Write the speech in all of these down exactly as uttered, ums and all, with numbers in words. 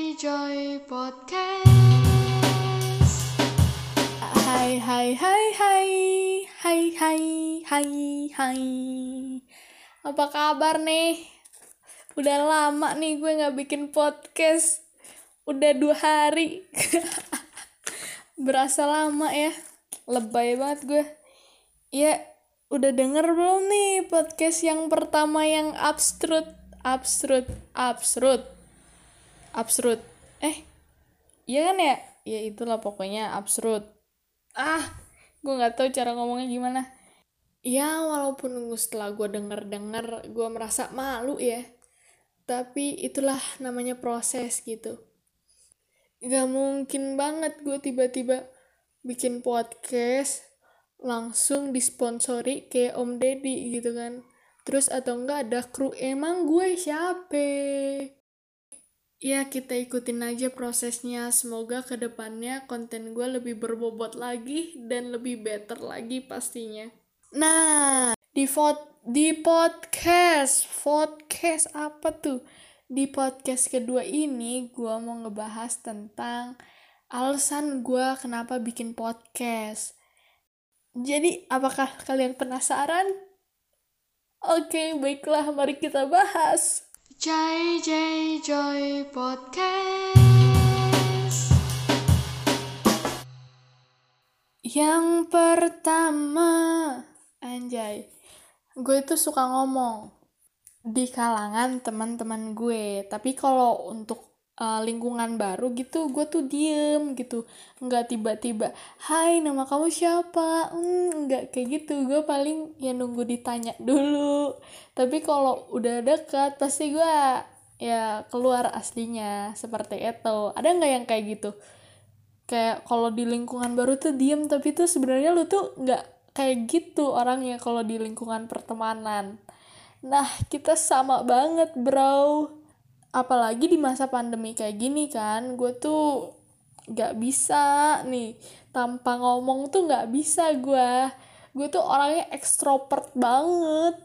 Joy Podcast. Hai hai hai hai hai hai hai hai Apa kabar nih? Udah lama nih gue gak bikin podcast. Udah dua hari. Berasa lama ya. Lebay banget gue. Ya, udah denger belum nih podcast yang pertama yang absurd absurd absurd absurd eh iya kan ya? Ya itulah pokoknya absurd. Ah, gue nggak tahu cara ngomongnya gimana. Ya walaupun setelah gue denger-denger gue merasa malu ya, tapi itulah namanya proses gitu. Gak mungkin banget gue tiba-tiba bikin podcast langsung disponsori kayak Om Deddy gitu kan. Terus atau enggak ada kru, emang gue siapa? Ya kita ikutin aja prosesnya, semoga kedepannya konten gue lebih berbobot lagi dan lebih better lagi pastinya. Nah, di vot di podcast, podcast apa tuh? Di podcast kedua ini gue mau ngebahas tentang alasan gue kenapa bikin podcast. Jadi, apakah kalian penasaran? Oke, baiklah, mari kita bahas. J J Joy Podcast. Yang pertama, anjay, gue itu suka ngomong di kalangan teman-teman gue. Tapi kalau untuk uh, lingkungan baru gitu, gue tuh diem gitu. Nggak tiba-tiba, hai nama kamu siapa? Hmm, nggak kayak gitu. Gue paling ya nunggu ditanya dulu. Tapi kalau udah dekat, pasti gue ya keluar aslinya seperti itu. Ada nggak yang kayak gitu? Kayak kalau di lingkungan baru tuh diem, tapi tuh sebenarnya lu tuh nggak kayak gitu orangnya kalau di lingkungan pertemanan. Nah, kita sama banget, bro. Apalagi di masa pandemi kayak gini kan, gue tuh gak bisa nih. Tanpa ngomong tuh gak bisa gue. Gue tuh orangnya ekstrovert banget.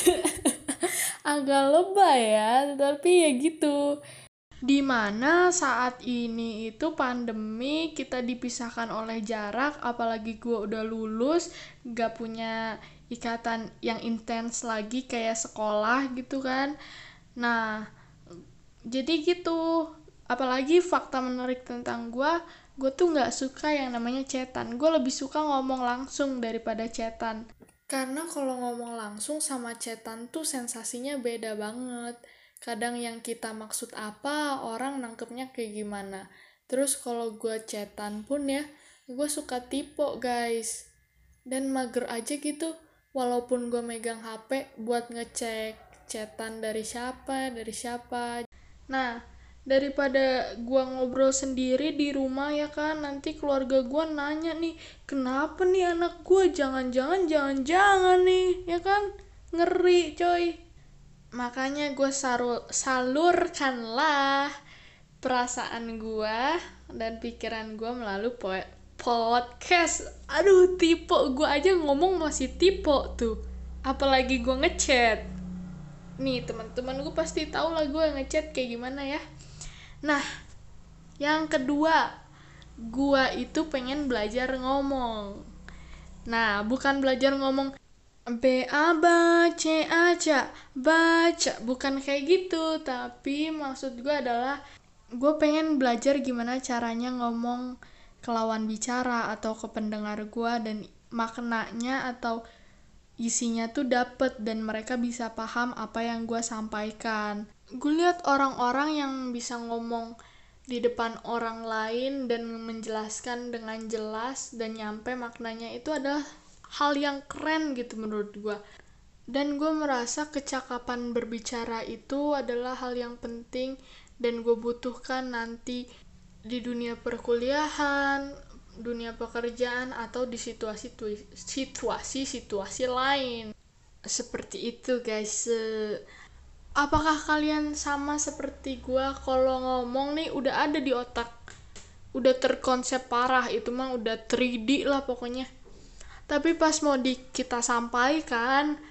Agak lebay ya, tapi ya gitu. Dimana saat ini itu pandemi, kita dipisahkan oleh jarak, apalagi gue udah lulus, gak punya ikatan yang intens lagi kayak sekolah gitu kan. Nah, jadi gitu. Apalagi fakta menarik tentang gue, gue tuh gak suka yang namanya chatan. Gue lebih suka ngomong langsung daripada chatan. Karena kalau ngomong langsung sama chatan tuh sensasinya beda banget. Kadang yang kita maksud apa, orang nangkepnya kayak gimana. Terus kalau gue chatan pun ya, gue suka tipe guys. Dan mager aja gitu, walaupun gue megang H P buat ngecek chatan dari siapa, dari siapa. Nah, daripada gue ngobrol sendiri di rumah ya kan, nanti keluarga gue nanya nih, kenapa nih anak gue, jangan-jangan, jangan-jangan nih, ya kan, ngeri coy. Makanya gue saru- salurkanlah perasaan gue dan pikiran gue melalui po- podcast. Aduh, tipe gue aja ngomong masih tipe tuh, apalagi gue ngechat. Nih teman-teman gue pasti tahu lah gue ngechat kayak gimana ya. Nah, yang kedua, gue itu pengen belajar ngomong. Nah, bukan belajar ngomong B A B C A C baca, bukan kayak gitu, tapi maksud gue adalah gue pengen belajar gimana caranya ngomong ke lawan bicara atau ke pendengar gue, dan maknanya atau isinya tuh dapet dan mereka bisa paham apa yang gue sampaikan. Gue lihat orang-orang yang bisa ngomong di depan orang lain dan menjelaskan dengan jelas dan nyampe maknanya, itu adalah hal yang keren gitu menurut gue. Dan gue merasa kecakapan berbicara itu adalah hal yang penting dan gue butuhkan nanti di dunia perkuliahan, dunia pekerjaan, atau di situasi situasi situasi lain. Seperti itu guys. Apakah kalian sama seperti gue, kalau ngomong nih udah ada di otak, udah terkonsep parah, itu mah udah tiga D lah pokoknya. Tapi pas mau di kita sampaikan,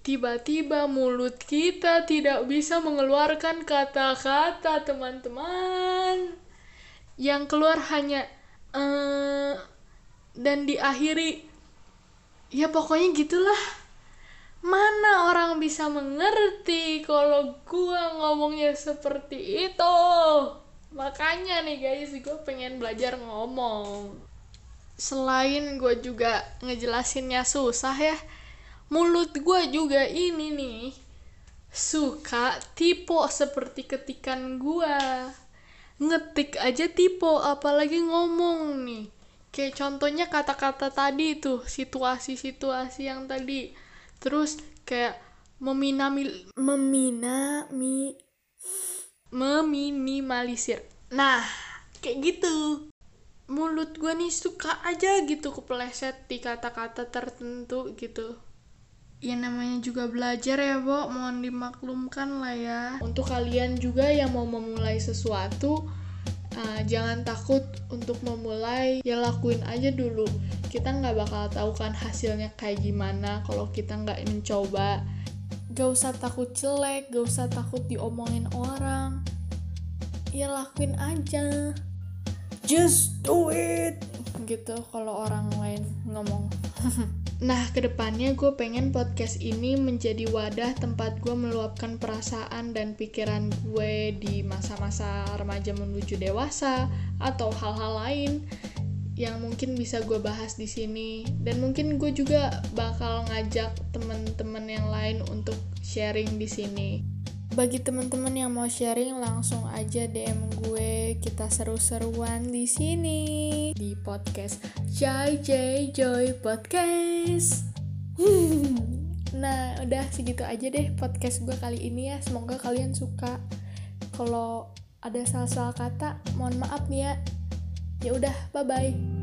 tiba-tiba mulut kita tidak bisa mengeluarkan kata-kata, teman-teman. Yang keluar hanya eh dan diakhiri, ya pokoknya gitulah. Mana orang bisa mengerti kalau gua ngomongnya seperti itu. Makanya nih guys, gue pengen belajar ngomong. Selain gue juga ngejelasinnya susah ya, mulut gue juga ini nih suka typo seperti ketikan gue. Ngetik aja typo, apalagi ngomong nih. Kayak contohnya kata-kata tadi tuh, situasi-situasi yang tadi. Terus kayak meminamil meminami meminimalisir. Nah, kayak gitu. Mulut gue nih suka aja gitu kepleset di kata-kata tertentu gitu. Ya namanya juga belajar ya, Bo, mohon dimaklumkan lah ya. Untuk kalian juga yang mau memulai sesuatu, uh, jangan takut untuk memulai, ya lakuin aja dulu. Kita nggak bakal tahu kan hasilnya kayak gimana kalau kita nggak mencoba. Gak usah takut jelek, gak usah takut diomongin orang. Ya lakuin aja. Just do it gitu kalau orang lain ngomong. Nah, kedepannya gue pengen podcast ini menjadi wadah tempat gue meluapkan perasaan dan pikiran gue di masa-masa remaja menuju dewasa atau hal-hal lain yang mungkin bisa gue bahas di sini. Dan mungkin gue juga bakal ngajak teman-teman yang lain untuk sharing di sini. Bagi teman-teman yang mau sharing, langsung aja D M gue, kita seru-seruan di sini di podcast J J Joy Podcast. Nah, udah segitu aja deh podcast gue kali ini ya. Semoga kalian suka. Kalau ada salah-salah kata, mohon maaf nih ya. Ya udah, bye bye.